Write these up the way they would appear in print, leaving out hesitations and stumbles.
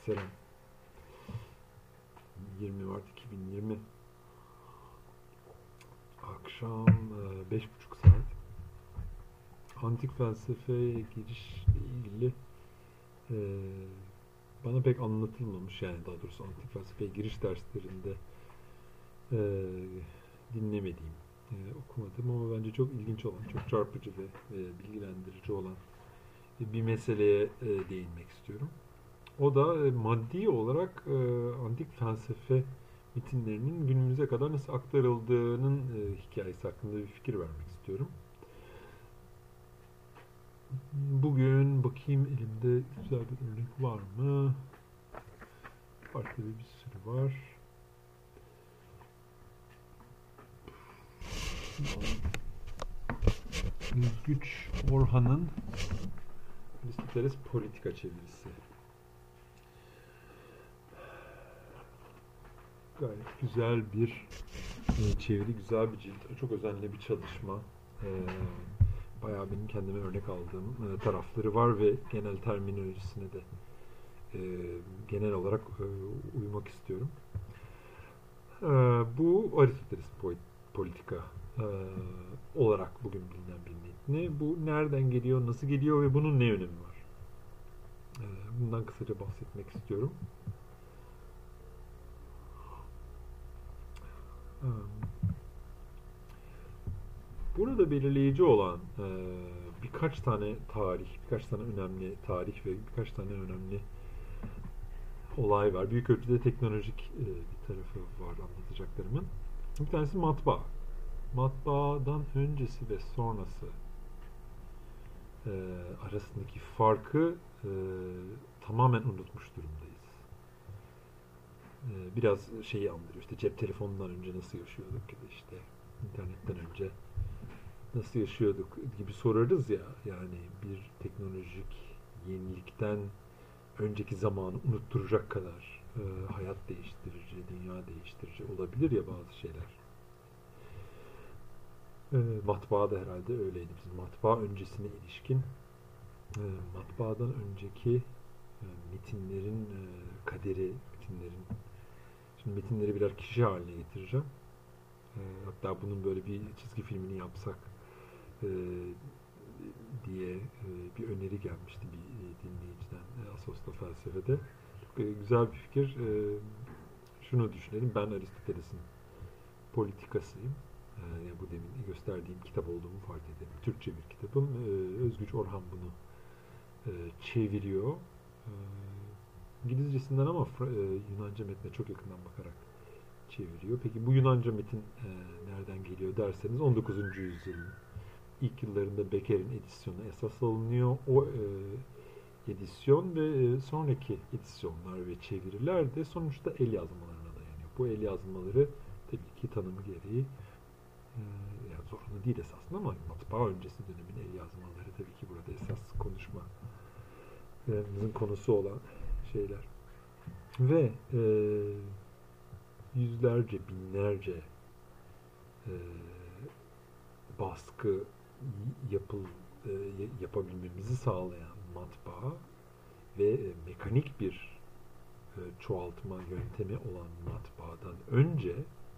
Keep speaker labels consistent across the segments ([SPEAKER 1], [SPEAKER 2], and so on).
[SPEAKER 1] Selam. 20 Mart 2020 akşam 5:30 saat. Antik felsefeye girişle ilgili e, bana pek anlatılmamış, yani daha doğrusu antik felsefeye giriş derslerinde e, dinlemediğim, okumadığım ama bence çok ilginç olan, çok çarpıcı ve bilgilendirici olan bir meseleye değinmek istiyorum. O da maddi olarak antik felsefe metinlerinin günümüze kadar nasıl aktarıldığının hikayesi hakkında bir fikir vermek istiyorum. Bugün bakayım, elimde güzel bir örnek var mı? Var tabii, bir sürü var. Özgüç Orhan'ın Aristoteles Politika çevirisi. Gayet güzel bir çeviri, güzel bir cilt, çok özenli bir çalışma. E, Bayağı benim kendime örnek aldığım tarafları var ve genel terminolojisine de e, genel olarak uymak istiyorum. Bu Aristoteles Politika olarak bugün bilinen bir metni. Bu nereden geliyor, nasıl geliyor ve bunun ne önemi var? Bundan kısaca bahsetmek istiyorum. Burada belirleyici olan birkaç tane tarih, birkaç tane önemli tarih ve birkaç tane önemli olay var. Büyük ölçüde teknolojik bir tarafı var anlatacaklarımın. Bir tanesi matbaa. Matbaadan öncesi ve sonrası e, arasındaki farkı tamamen unutmuş durumdayız. Biraz şeyi andırıyor. İşte cep telefonundan önce nasıl yaşıyorduk, ya da işte internetten önce nasıl yaşıyorduk gibi sorarız ya. Yani bir teknolojik yenilikten önceki zamanı unutturacak kadar hayat değiştirici, dünya değiştirici olabilir ya bazı şeyler. Matbaa da herhalde öyleydi. Biz matbaa öncesine ilişkin, matbaadan önceki metinlerin kaderi, metinlerin, şimdi metinleri birer kişi haline getireceğim. Hatta bunun böyle bir çizgi filmini yapsak e, diye bir öneri gelmişti bir dinleyiciden, Asos'ta felsefede. Çok güzel bir fikir. Şunu düşünelim, ben Aristoteles'in politikasıyım. Bu demin gösterdiğim kitap olduğumu fark edelim. Türkçe bir kitabım. Özgüç Orhan bunu çeviriyor. İngilizcesinden ama Yunanca metne çok yakından bakarak çeviriyor. Peki bu Yunanca metin nereden geliyor derseniz 19. yüzyılın ilk yıllarında Becker'in edisyonu esas alınıyor. O edisyon ve sonraki edisyonlar ve çeviriler de sonuçta el yazmalarına dayanıyor. Bu el yazmaları tabii ki tanımı gereği yani zorunlu değil esasında, ama matbaa öncesi dönemin el yazmaları tabii ki burada esas konuşmamızın konusu olan şeyler. Ve yüzlerce, binlerce e, baskı yapabilmemizi sağlayan matbaa ve mekanik bir çoğaltma yöntemi olan matbaadan önce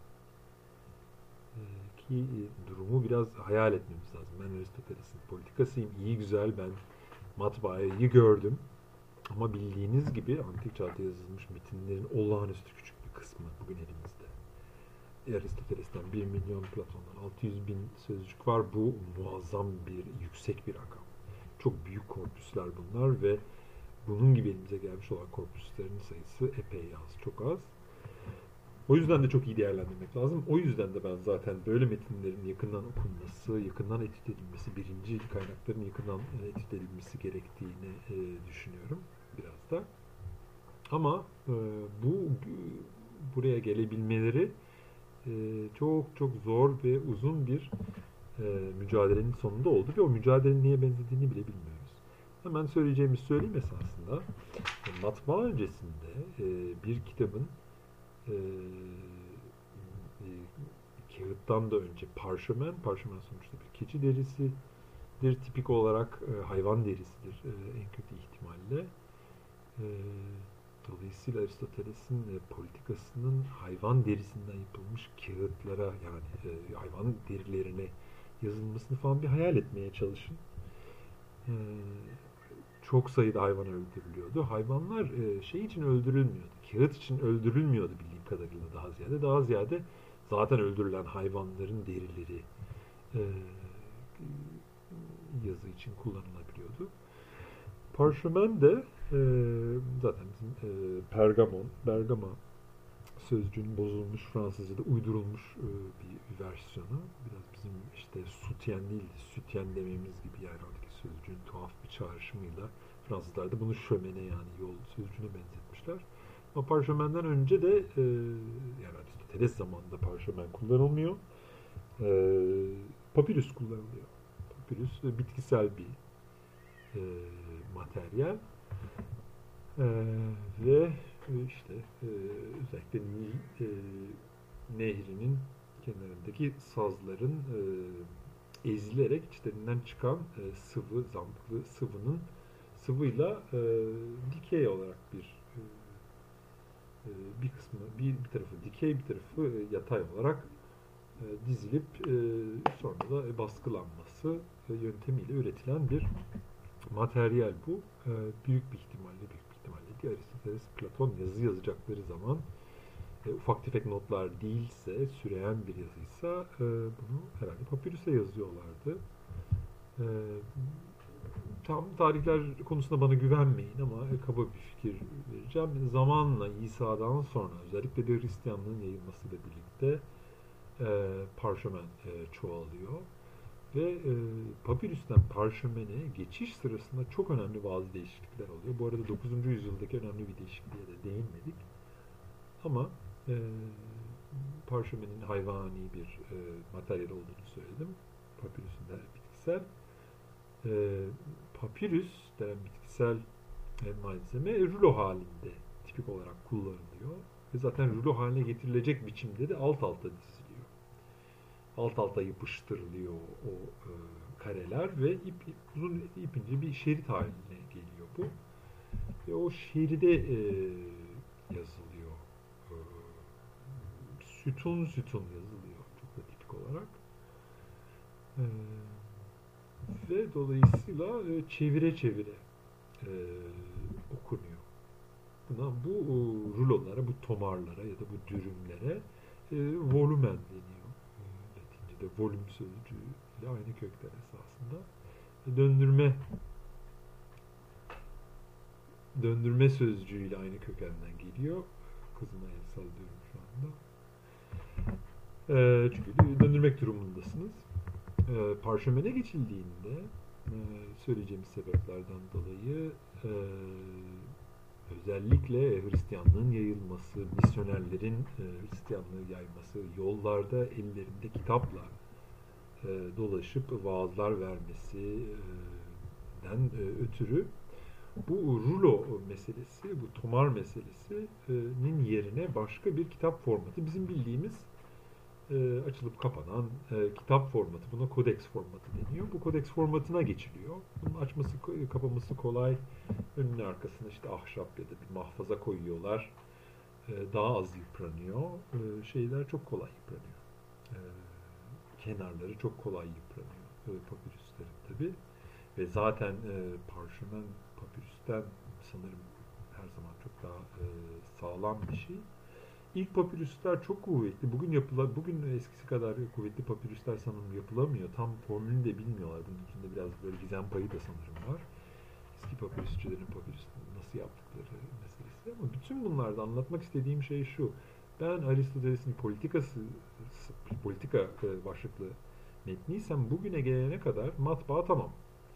[SPEAKER 1] ki durumu biraz hayal etmemiz lazım. Ben Aristoteles'in politikasıyım. İyi güzel, ben matbaayı gördüm. Ama bildiğiniz gibi antik çağda yazılmış metinlerin olağanüstü küçük bir kısmı bugün elimizde. Aristoteles'ten 1 milyon, Platon'dan 600 bin sözcük var. Bu muazzam bir, yüksek bir rakam. Çok büyük korpüsler bunlar ve bunun gibi elimize gelmiş olan korpüslerin sayısı epey az, çok az. O yüzden de çok iyi değerlendirmek lazım. O yüzden de ben zaten böyle metinlerin yakından okunması, yakından etüt edilmesi, birinci kaynakların yakından etüt edilmesi gerektiğini düşünüyorum biraz da. Ama buraya gelebilmeleri çok çok zor ve uzun bir mücadelenin sonunda oldu ve o mücadelenin neye benzediğini bile bilmiyoruz. Hemen söyleyeceğimi söyleyeyim esasında. Matbaa öncesinde bir kitabın e, kağıttan da önce parşömen sonuçta bir keçi derisidir. Tipik olarak hayvan derisidir en kötü ihtimalle. dolayısıyla Aristoteles'in politikasının hayvan derisinden yapılmış kağıtlara, yani hayvan derilerine yazılmasını falan bir hayal etmeye çalışın. E, Çok sayıda hayvan öldürülüyordu. Hayvanlar şey için öldürülmüyordu. Kağıt için öldürülmüyordu bildiğim kadarıyla daha ziyade. Daha ziyade zaten öldürülen hayvanların derileri e, yazı için kullanılabiliyordu. Parşömen de zaten bizim Bergama sözcüğünün bozulmuş, Fransızca'da uydurulmuş bir versiyonu. Biraz bizim işte sütyen değil de sütyen dememiz gibi, yani oradaki sözcüğün tuhaf bir çağrışımıyla Fransızlar da bunu şömene, yani yol sözcüğüne benzetmişler. Ama parşömenden önce de yani Aristoteles zamanında parşömen kullanılmıyor. E, Papirüs kullanılıyor. Papirüs bitkisel bir e, materyal. Ve işte özellikle Nil nehrinin kenarındaki sazların ezilerek içlerinden çıkan sıvı, zamplı sıvıyla dikey olarak bir kısmı, bir tarafı dikey, bir tarafı yatay olarak dizilip sonra da baskılanması yöntemiyle üretilen bir materyal bu. Büyük bir ihtimalle Aristoteles, Platon yazı yazacakları zaman ufak tefek notlar değilse, süreyen bir yazıysa bunu herhalde papirüse yazıyorlardı. E, Tam tarihler konusunda bana güvenmeyin ama kaba bir fikir vereceğim. Zamanla İsa'dan sonra özellikle de Hristiyanlığın yayılmasıyla birlikte parşömen çoğalıyor. Ve papirüsten parşömene geçiş sırasında çok önemli bazı değişiklikler oluyor. Bu arada 9. yüzyıldaki önemli bir değişikliğe de değinmedik. Ama parşömenin hayvani bir materyal olduğunu söyledim. Papirüsün de bitkisel. Papirüs denen bitkisel malzeme rulo halinde tipik olarak kullanılıyor. Ve zaten rulo haline getirilecek biçimde de alt alta diziliyor. Alt alta yapıştırılıyor o kareler ve uzun ipince bir şerit haline geliyor bu. Ve o şeride yazılıyor. E, Sütun sütun yazılıyor çok da tipik olarak. E, Ve dolayısıyla çevire çevire e, okunuyor. Bu rulolara, bu tomarlara ya da bu dürümlere volumen deniyor. Latince'de volüm sözcüğüyle aynı kökler esasında. Döndürme sözcüğüyle aynı kökenden geliyor. Kızıma el sallıyorum şu anda. Çünkü döndürmek durumundasınız. Parşömene geçildiğinde söyleyeceğimiz sebeplerden dolayı özellikle Hristiyanlığın yayılması, misyonerlerin Hristiyanlığı yayması, yollarda ellerinde kitapla dolaşıp vaazlar vermesinden ötürü bu rulo meselesi, bu tomar meselesinin yerine başka bir kitap formatı, bizim bildiğimiz açılıp kapanan kitap formatı, buna kodeks formatı deniyor. Bu kodeks formatına geçiliyor. Bunun açması, kapaması kolay. Önüne arkasına işte ahşap ya da bir mahfaza koyuyorlar. Daha az yıpranıyor. Şeyler çok kolay yıpranıyor. Kenarları çok kolay yıpranıyor. Papirüslerin tabi. Ve zaten parşömen papirüsten sanırım her zaman çok daha sağlam bir şey. İlk papirüsler çok kuvvetli. Bugün eskisi kadar kuvvetli papirüsler sanırım yapılamıyor. Tam formülünü de bilmiyorlar. Bunun içinde biraz böyle gizem payı da sanırım var. Eski papirüsçülerin papirüs nasıl yaptıkları meselesi. Ama bütün bunlarda anlatmak istediğim şey şu. Ben Aristoteles'in politika başlıklı metniysem bugüne gelene kadar matbaa tamam.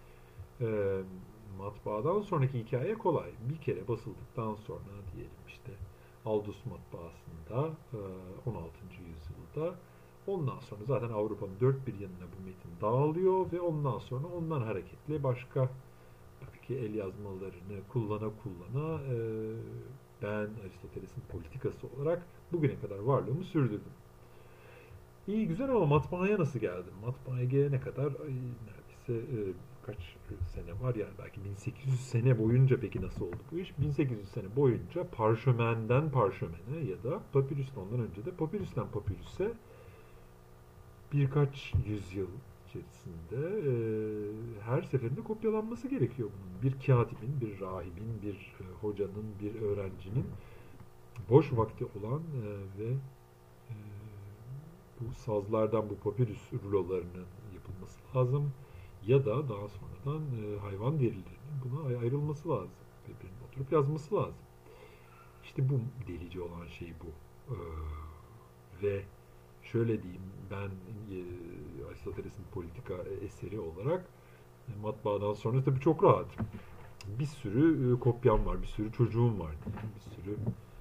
[SPEAKER 1] Matbaadan sonraki hikaye kolay. Bir kere basıldıktan sonra diyelim işte Aldus matbaasında 16. yüzyılda, ondan sonra zaten Avrupa'nın dört bir yanına bu metin dağılıyor ve ondan sonra ondan hareketle başka tabii ki el yazmalarını kullana ben Aristoteles'in politikası olarak bugüne kadar varlığımı sürdürdüm. İyi güzel ama matbaaya nasıl geldim? Matbaaya gelene kadar neredeyse kaç sene var yani belki 1800 sene boyunca peki nasıl oldu bu iş? 1800 sene boyunca parşömenden parşömene ya da papirüsten ondan önce de papirüsten papirüse birkaç yüzyıl içerisinde her seferinde kopyalanması gerekiyor bunun. Bir katibin, bir rahibin, bir hocanın, bir öğrencinin boş vakti olan ve e, bu sazlardan bu papirüs rulolarının yapılması lazım. Ya da daha sonradan hayvan derilerinin buna ayrılması lazım. Birbirine oturup yazması lazım. İşte bu delici olan şey bu. Ve şöyle diyeyim, ben Aristoteles'in politika eseri olarak matbaadan sonra tabii çok rahat. Bir sürü kopyam var, bir sürü çocuğum var, bir sürü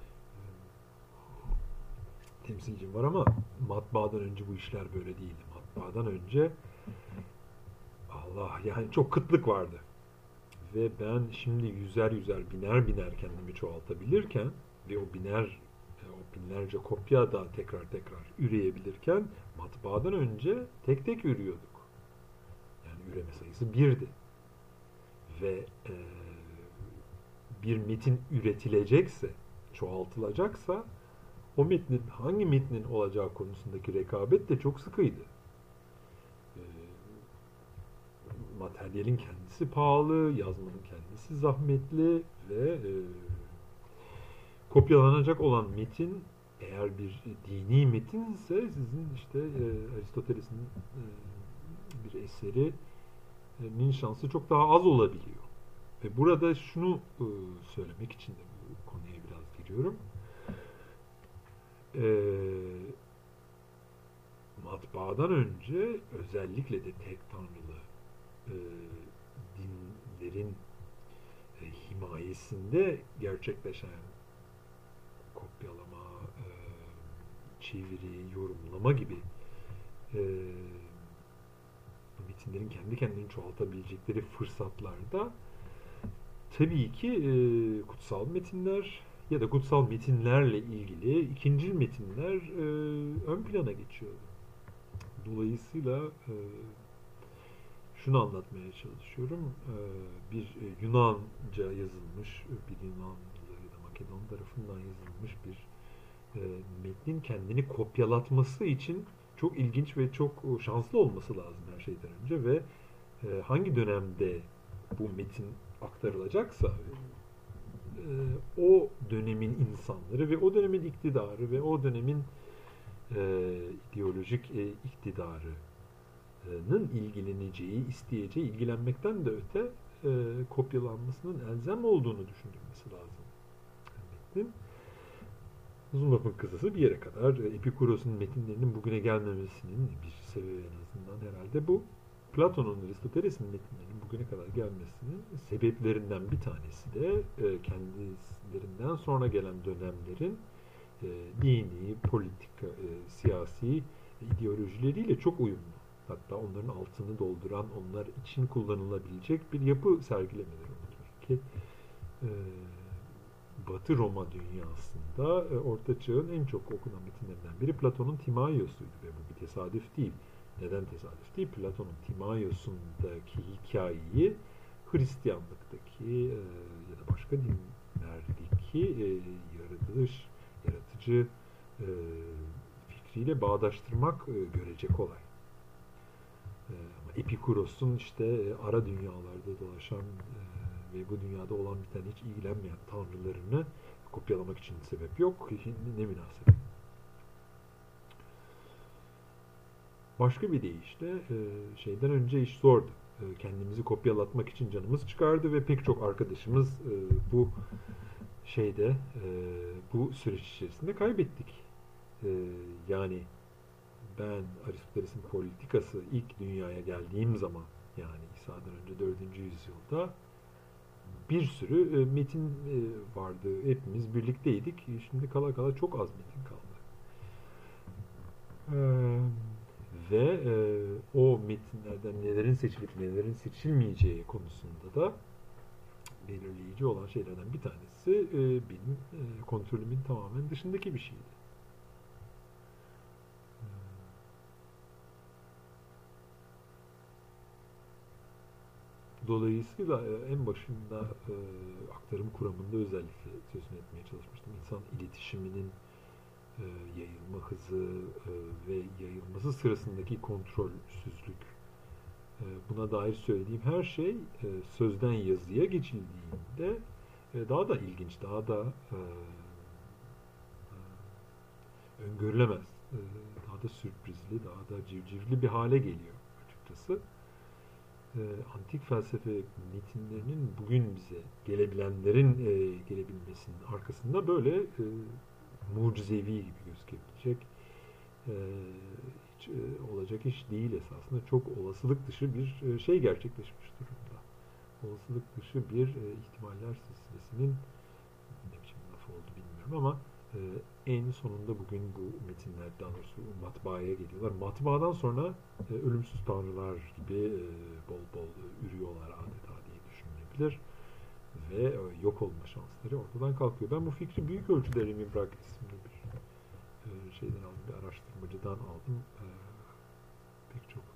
[SPEAKER 1] temsilcim var ama matbaadan önce bu işler böyle değildi. Matbaadan önce Allah yani çok kıtlık vardı. Ve ben şimdi yüzer yüzer biner biner kendimi çoğaltabilirken ve o binlerce kopya da tekrar tekrar üreyebilirken matbaadan önce tek tek ürüyorduk. Yani üreme sayısı birdi. Ve bir metin üretilecekse, çoğaltılacaksa o metnin hangi metnin olacağı konusundaki rekabet de çok sıkıydı. E, Materyalin kendisi pahalı, yazmanın kendisi zahmetli ve kopyalanacak olan metin eğer bir dini metinse sizin işte Aristoteles'in bir eserinin şansı çok daha az olabiliyor. Ve burada şunu söylemek için de bu konuya biraz giriyorum. Matbaadan önce özellikle de tek tanrılı dinlerin himayesinde gerçekleşen kopyalama, çeviri, yorumlama gibi metinlerin kendi kendini çoğaltabilecekleri fırsatlarda tabii ki kutsal metinler ya da kutsal metinlerle ilgili ikincil metinler ön plana geçiyor. Dolayısıyla şunu anlatmaya çalışıyorum. Bir Yunanca yazılmış, bir Yunanlı ya da Makedon tarafından yazılmış bir metnin kendini kopyalatması için çok ilginç ve çok şanslı olması lazım her şeyden önce ve hangi dönemde bu metin aktarılacaksa o dönemin insanları ve o dönemin iktidarı ve o dönemin ideolojik iktidarının ilgileneceği, isteyeceği, ilgilenmekten de öte kopyalanmasının elzem olduğunu düşünülmesi lazım. Metnin. Uzun lafın kısası bir yere kadar Epikuros'un metinlerinin bugüne gelmemesinin bir sebebi en azından herhalde bu. Platon'un, Aristoteles'in metinlerinin bugüne kadar gelmesinin sebeplerinden bir tanesi de kendilerinden sonra gelen dönemlerin dini, politika, siyasi ideolojileriyle çok uyumlu. Hatta onların altını dolduran, onlar için kullanılabilecek bir yapı sergilemeleri olur ki Batı Roma dünyasında Orta Çağ'ın en çok okunan metinlerinden biri Platon'un Timaios'uydu ve bu bir tesadüf değil. Neden tesadüf değil? Platon'un Timaios'undaki hikayeyi Hristiyanlıktaki ya da başka dinlerdeki yaratıcı fikriyle bağdaştırmak görece kolay. Ama Epikuros'un işte ara dünyalarda dolaşan ve bu dünyada olan biten hiç ilgilenmeyen tanrılarını kopyalamak için sebep yok. Ne münasebet. Başka bir deyişle şeyden önce iş zordu. Kendimizi kopyalatmak için canımız çıkardı ve pek çok arkadaşımız bu bu süreç içerisinde kaybettik. Yani ben Aristoteles'in politikası ilk dünyaya geldiğim zaman yani İsa'dan önce 4. yüzyılda bir sürü metin vardı. Hepimiz birlikteydik. Şimdi kala kala çok az metin kaldı. Ve o metinlerden nelerin seçilip nelerin seçilmeyeceği konusunda da belirleyici olan şeylerden bir tanesi benim kontrolümün tamamen dışındaki bir şeydi. Dolayısıyla en başında aktarım kuramında özellikle sözünü etmeye çalışmıştım. İnsan iletişiminin e, yayılma hızı ve yayılması sırasındaki kontrolsüzlük, buna dair söylediğim her şey sözden yazıya geçildiğinde daha da ilginç, daha da öngörülemez, daha da sürprizli, daha da civcivli bir hale geliyor açıkçası. Antik felsefe metinlerinin bugün bize gelebilenlerin gelebilmesinin arkasında böyle mucizevi gibi gözükebilecek, e, hiç olacak iş değil esasında. Çok olasılık dışı bir şey gerçekleşmiş durumda. Olasılık dışı bir ihtimaller silsilesinin, ne biçim laf oldu bilmiyorum ama e, en sonunda bugün bu metinler, daha doğrusu matbaaya geliyorlar. Matbaadan sonra ölümsüz tanrılar gibi bol bol ürüyorlar adeta diye düşünülebilir. Ve yok olma şansları ortadan kalkıyor. Ben bu fikri büyük ölçüde Remy Brack isimli bir şeyden aldım, bir araştırmacıdan aldım. Pek çok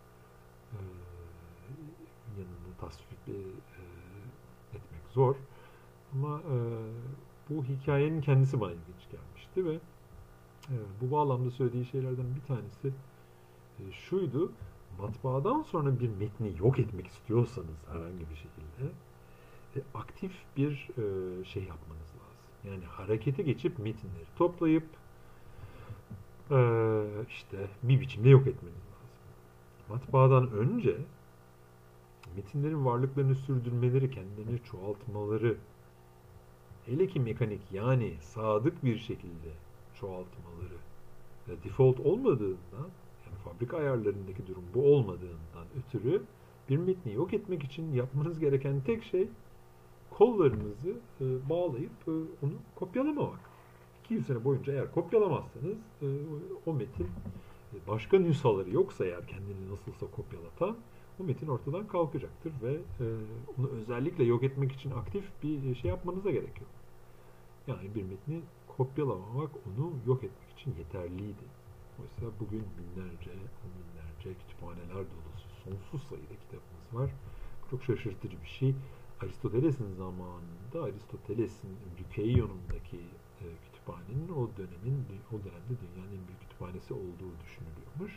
[SPEAKER 1] yanını tasvip etmek zor. Ama bu hikayenin kendisi bana ilginç gelmişti ve bu bağlamda söylediği şeylerden bir tanesi şuydu: matbaadan sonra bir metni yok etmek istiyorsanız herhangi bir şekilde aktif bir şey yapmanız lazım. Yani harekete geçip metinleri toplayıp işte bir biçimde yok etmeniz lazım. Matbaadan önce metinlerin varlıklarını sürdürmeleri, kendilerini çoğaltmaları, hele ki mekanik, yani sadık bir şekilde çoğaltmaları default olmadığından, yani fabrika ayarlarındaki durum bu olmadığından ötürü bir metni yok etmek için yapmanız gereken tek şey kollarınızı bağlayıp onu kopyalamamak. 200 sene boyunca eğer kopyalamazsanız o metin, başka nüshaları yoksa eğer kendini nasılsa kopyalatan, o metin ortadan kalkacaktır ve onu özellikle yok etmek için aktif bir şey yapmanıza gerek yok. Yani bir metni kopyalamamak onu yok etmek için yeterliydi. Oysa bugün binlerce, on binlerce kütüphaneler dolusu sonsuz sayıda kitabımız var. Çok şaşırtıcı bir şey. Aristoteles'in zamanında, Aristoteles'in Lyceion'undaki kütüphanenin o dönemde dünyanın en büyük kütüphanesi olduğu düşünülüyormuş.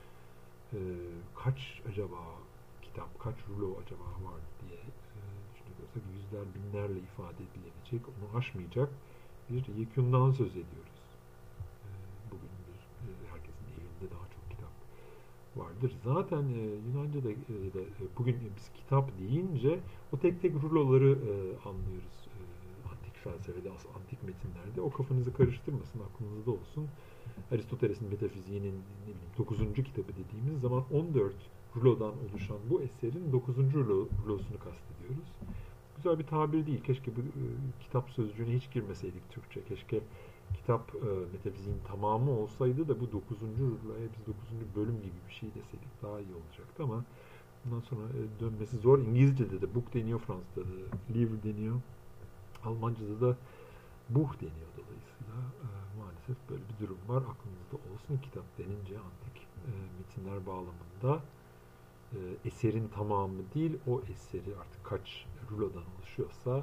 [SPEAKER 1] Kaç acaba kitap, kaç rulo acaba var diye düşünüyorsak yüzler, binlerle ifade edilebilecek, onu aşmayacak bir yekûndan söz ediyoruz. Bugün herkesin evinde daha çok kitap vardır. Zaten Yunanca'da bugün biz kitap deyince o tek tek ruloları anlıyoruz. Antik felsefede, antik metinlerde. O kafanızı karıştırmasın, aklınızda olsun. Aristoteles'in metafiziğinin ne bileyim 9. kitabı dediğimiz zaman 14 rulodan oluşan bu eserin 9. rulosunu kastediyoruz. Güzel bir tabir değil. Keşke bu kitap sözcüğüne hiç girmeseydik Türkçe. Keşke kitap metafiziğin tamamı olsaydı da bu 9. ruloya biz 9. bölüm gibi bir şey deseydik daha iyi olacaktı ama bundan sonra dönmesi zor. İngilizce'de de book deniyor, Fransızca'da da livre deniyor. Almanca'da da Buch deniyor dolayısıyla. Maalesef böyle bir durum var. Aklınızda olsun. Kitap denince antik metinler bağlamında eserin tamamı değil, o eseri artık kaç rulodan oluşuyorsa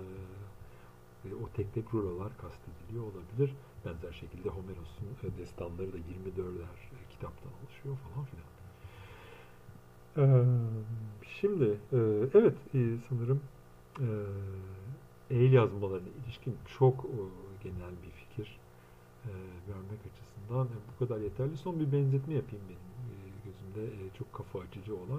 [SPEAKER 1] o tek tek rulolar kastediliyor olabilir. Benzer şekilde Homeros'un destanları da 24'er kitaptan oluşuyor falan filan. Şimdi evet, sanırım el yazmalarına ilişkin çok genel bir fikir vermek açısından bu kadar yeterli. Son bir benzetme yapayım benim gözümde çok kafa açıcı olan.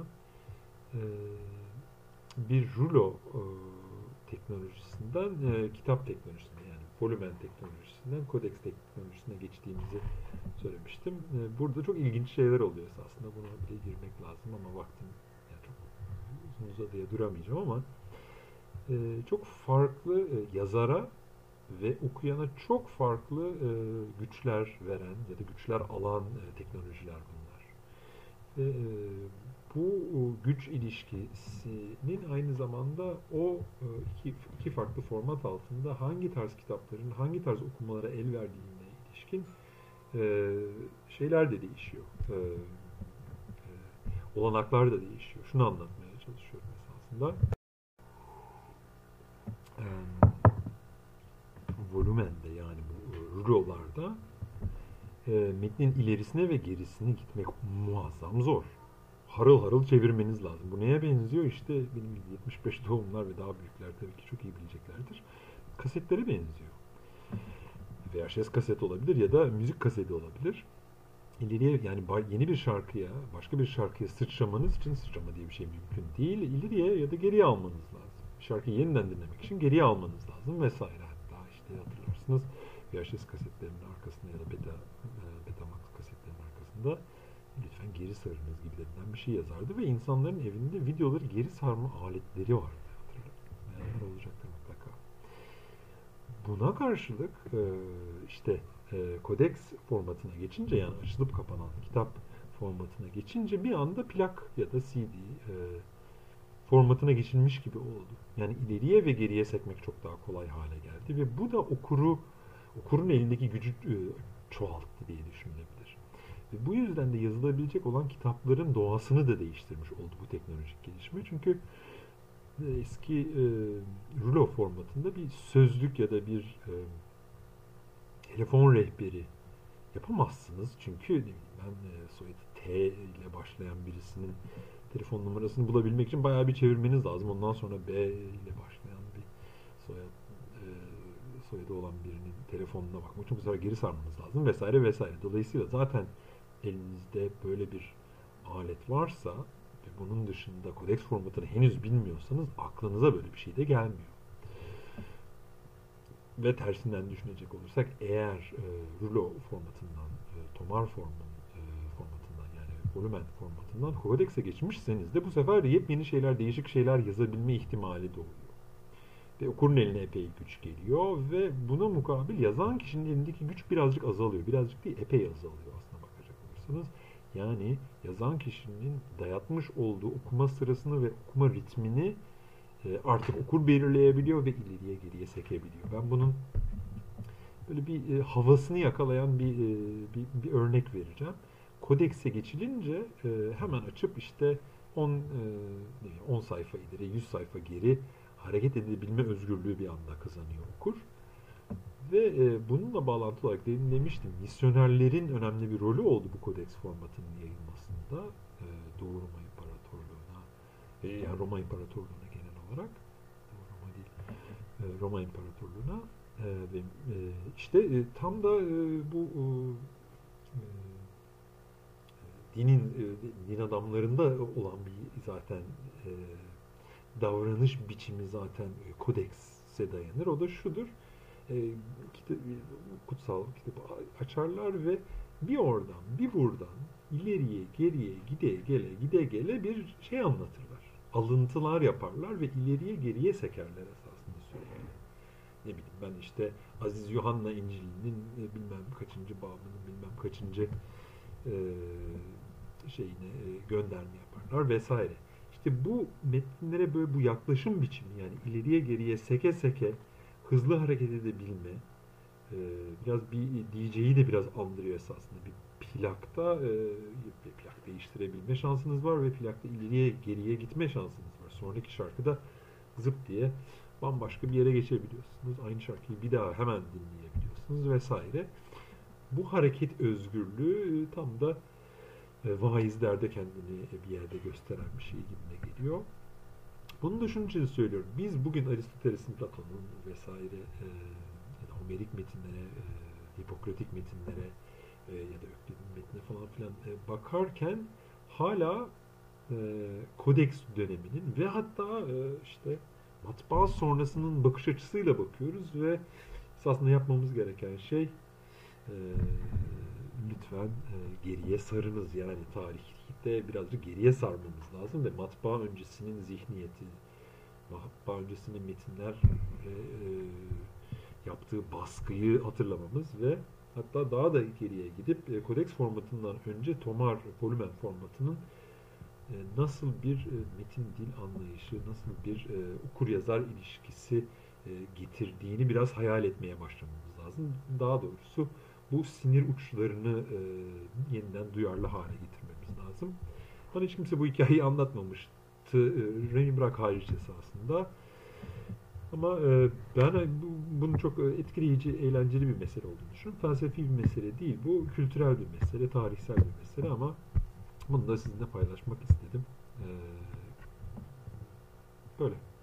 [SPEAKER 1] Bir rulo teknolojisinden kitap teknolojisine, yani volumen teknolojisinden kodeks teknolojisine geçtiğimizi söylemiştim. Burada çok ilginç şeyler oluyor esasında. Buna bile girmek lazım ama vaktim yani çok uzun uzadıya duramayacağım ama çok farklı yazara ve okuyana çok farklı güçler veren ya da güçler alan teknolojiler bunlar. Ve bu güç ilişkisinin aynı zamanda o iki farklı format altında hangi tarz kitapların, hangi tarz okumalara el verdiğine ilişkin şeyler de değişiyor. Olanaklar da değişiyor. Şunu anlatmaya çalışıyorum esasında. Volümende yani bu rulolarda metnin ilerisine ve gerisine gitmek muazzam zor. Harıl harıl çevirmeniz lazım. Bu neye benziyor? İşte benim gibi 75 doğumlar ve daha büyükler tabii ki çok iyi bileceklerdir. Kasetlere benziyor. VHS kaset olabilir ya da müzik kaseti olabilir. İleriye yani yeni bir şarkıya, başka bir şarkıya sıçramanız için sıçrama diye bir şey mümkün değil. İleriye ya da geriye almanız lazım. Şarkıyı yeniden dinlemek için geriye almanız lazım vesaire. Hatta işte hatırlarsınız VHS kasetlerinin arkasında ya da Betamax kasetlerinin arkasında lütfen geri sarınız gibilerinden bir şey yazardı ve insanların evinde videoları geri sarma aletleri vardı. Hatırlarım. Olacaktır mutlaka. Buna karşılık işte Codex formatına geçince yani açılıp kapanan kitap formatına geçince bir anda plak ya da CD formatına geçilmiş gibi oldu. Yani ileriye ve geriye sekmek çok daha kolay hale geldi ve bu da okurun elindeki gücü çoğalttı diye düşünülebilir. Ve bu yüzden de yazılabilecek olan kitapların doğasını da değiştirmiş oldu bu teknolojik gelişme. Çünkü eski rulo formatında bir sözlük ya da bir telefon rehberi yapamazsınız. Çünkü ben soyadı T ile başlayan birisinin telefon numarasını bulabilmek için bayağı bir çevirmeniz lazım. Ondan sonra B ile başlayan bir soyadı olan birinin telefonuna bakmak için bu sefer geri sarmanız lazım vesaire vesaire. Dolayısıyla zaten elinizde böyle bir alet varsa ve bunun dışında kodeks formatını henüz bilmiyorsanız aklınıza böyle bir şey de gelmiyor. Ve tersinden düşünecek olursak eğer rulo formatından, tomar formatından yani volumen formatından kodekse geçmişseniz de bu sefer yepyeni şeyler, değişik şeyler yazabilme ihtimali doğuyor. Ve okurun eline epey güç geliyor ve buna mukabil yazan kişinin elindeki güç birazcık azalıyor. Birazcık değil, epey azalıyor aslına bakacak olursanız. Yani yazan kişinin dayatmış olduğu okuma sırasını ve okuma ritmini artık okur belirleyebiliyor ve ileriye geriye sekebiliyor. Ben bunun böyle bir havasını yakalayan bir örnek vereceğim. Kodekse geçilince hemen açıp işte 10 sayfa ileri, 100 sayfa geri hareket edebilme özgürlüğü bir anda kazanıyor okur. Ve bununla bağlantılı olarak demiştim, misyonerlerin önemli bir rolü oldu bu kodeks formatının yayılmasında. Doğu Roma İmparatorluğu'na, yani Roma İmparatorluğu'na genel olarak. Roma değil, Roma İmparatorluğu'na ve işte tam da bu din adamlarında olan bir zaten davranış biçimi zaten kodekse dayanır. O da şudur. Kutsal kitabı açarlar ve bir oradan bir buradan ileriye geriye gide gele bir şey anlatırlar. Alıntılar yaparlar ve ileriye geriye sekerler esasında sürekli. Ne bileyim ben işte Aziz Yuhanna İncil'inin bilmem kaçıncı babının bilmem kaçıncı şeyine gönderme yaparlar vesaire. İşte bu metinlere böyle bu yaklaşım biçimi yani ileriye geriye seke seke hızlı hareket edebilme biraz bir DJ'yi de biraz andırıyor esasında. Bir plakta bir plak değiştirebilme şansınız var ve plakta ileriye geriye gitme şansınız var. Sonraki şarkıda zıp diye bambaşka bir yere geçebiliyorsunuz. Aynı şarkıyı bir daha hemen dinleyebiliyorsunuz vesaire. Bu hareket özgürlüğü tam da vaizlerde kendini bir yerde gösteren bir şey gibime geliyor. Bunu düşününce söylüyorum. Biz bugün Aristoteles'in, Platon'un vesaire Homerik metinlere, Hipokratik metinlere ya da Öklid'in metnine falan filan bakarken hala Kodeks döneminin ve hatta işte matbaa sonrasının bakış açısıyla bakıyoruz ve aslında yapmamız gereken şey lütfen geriye sarınız. Yani tarihte birazcık geriye sarmamız lazım ve matbaa öncesinin zihniyeti, matbaa öncesinin metinler ve yaptığı baskıyı hatırlamamız ve hatta daha da geriye gidip kodeks formatından önce tomar, volumen formatının nasıl bir metin dil anlayışı, nasıl bir okur-yazar ilişkisi getirdiğini biraz hayal etmeye başlamamız lazım. Daha doğrusu bu sinir uçlarını yeniden duyarlı hale getirmemiz lazım. Bana hiç kimse bu hikayeyi anlatmamış Remi bırak hariç esasında. Ama ben bunun çok etkileyici, eğlenceli bir mesele olduğunu düşünüyorum. Felsefi bir mesele değil. Bu kültürel bir mesele, tarihsel bir mesele ama bunu da sizinle paylaşmak istedim. Böyle.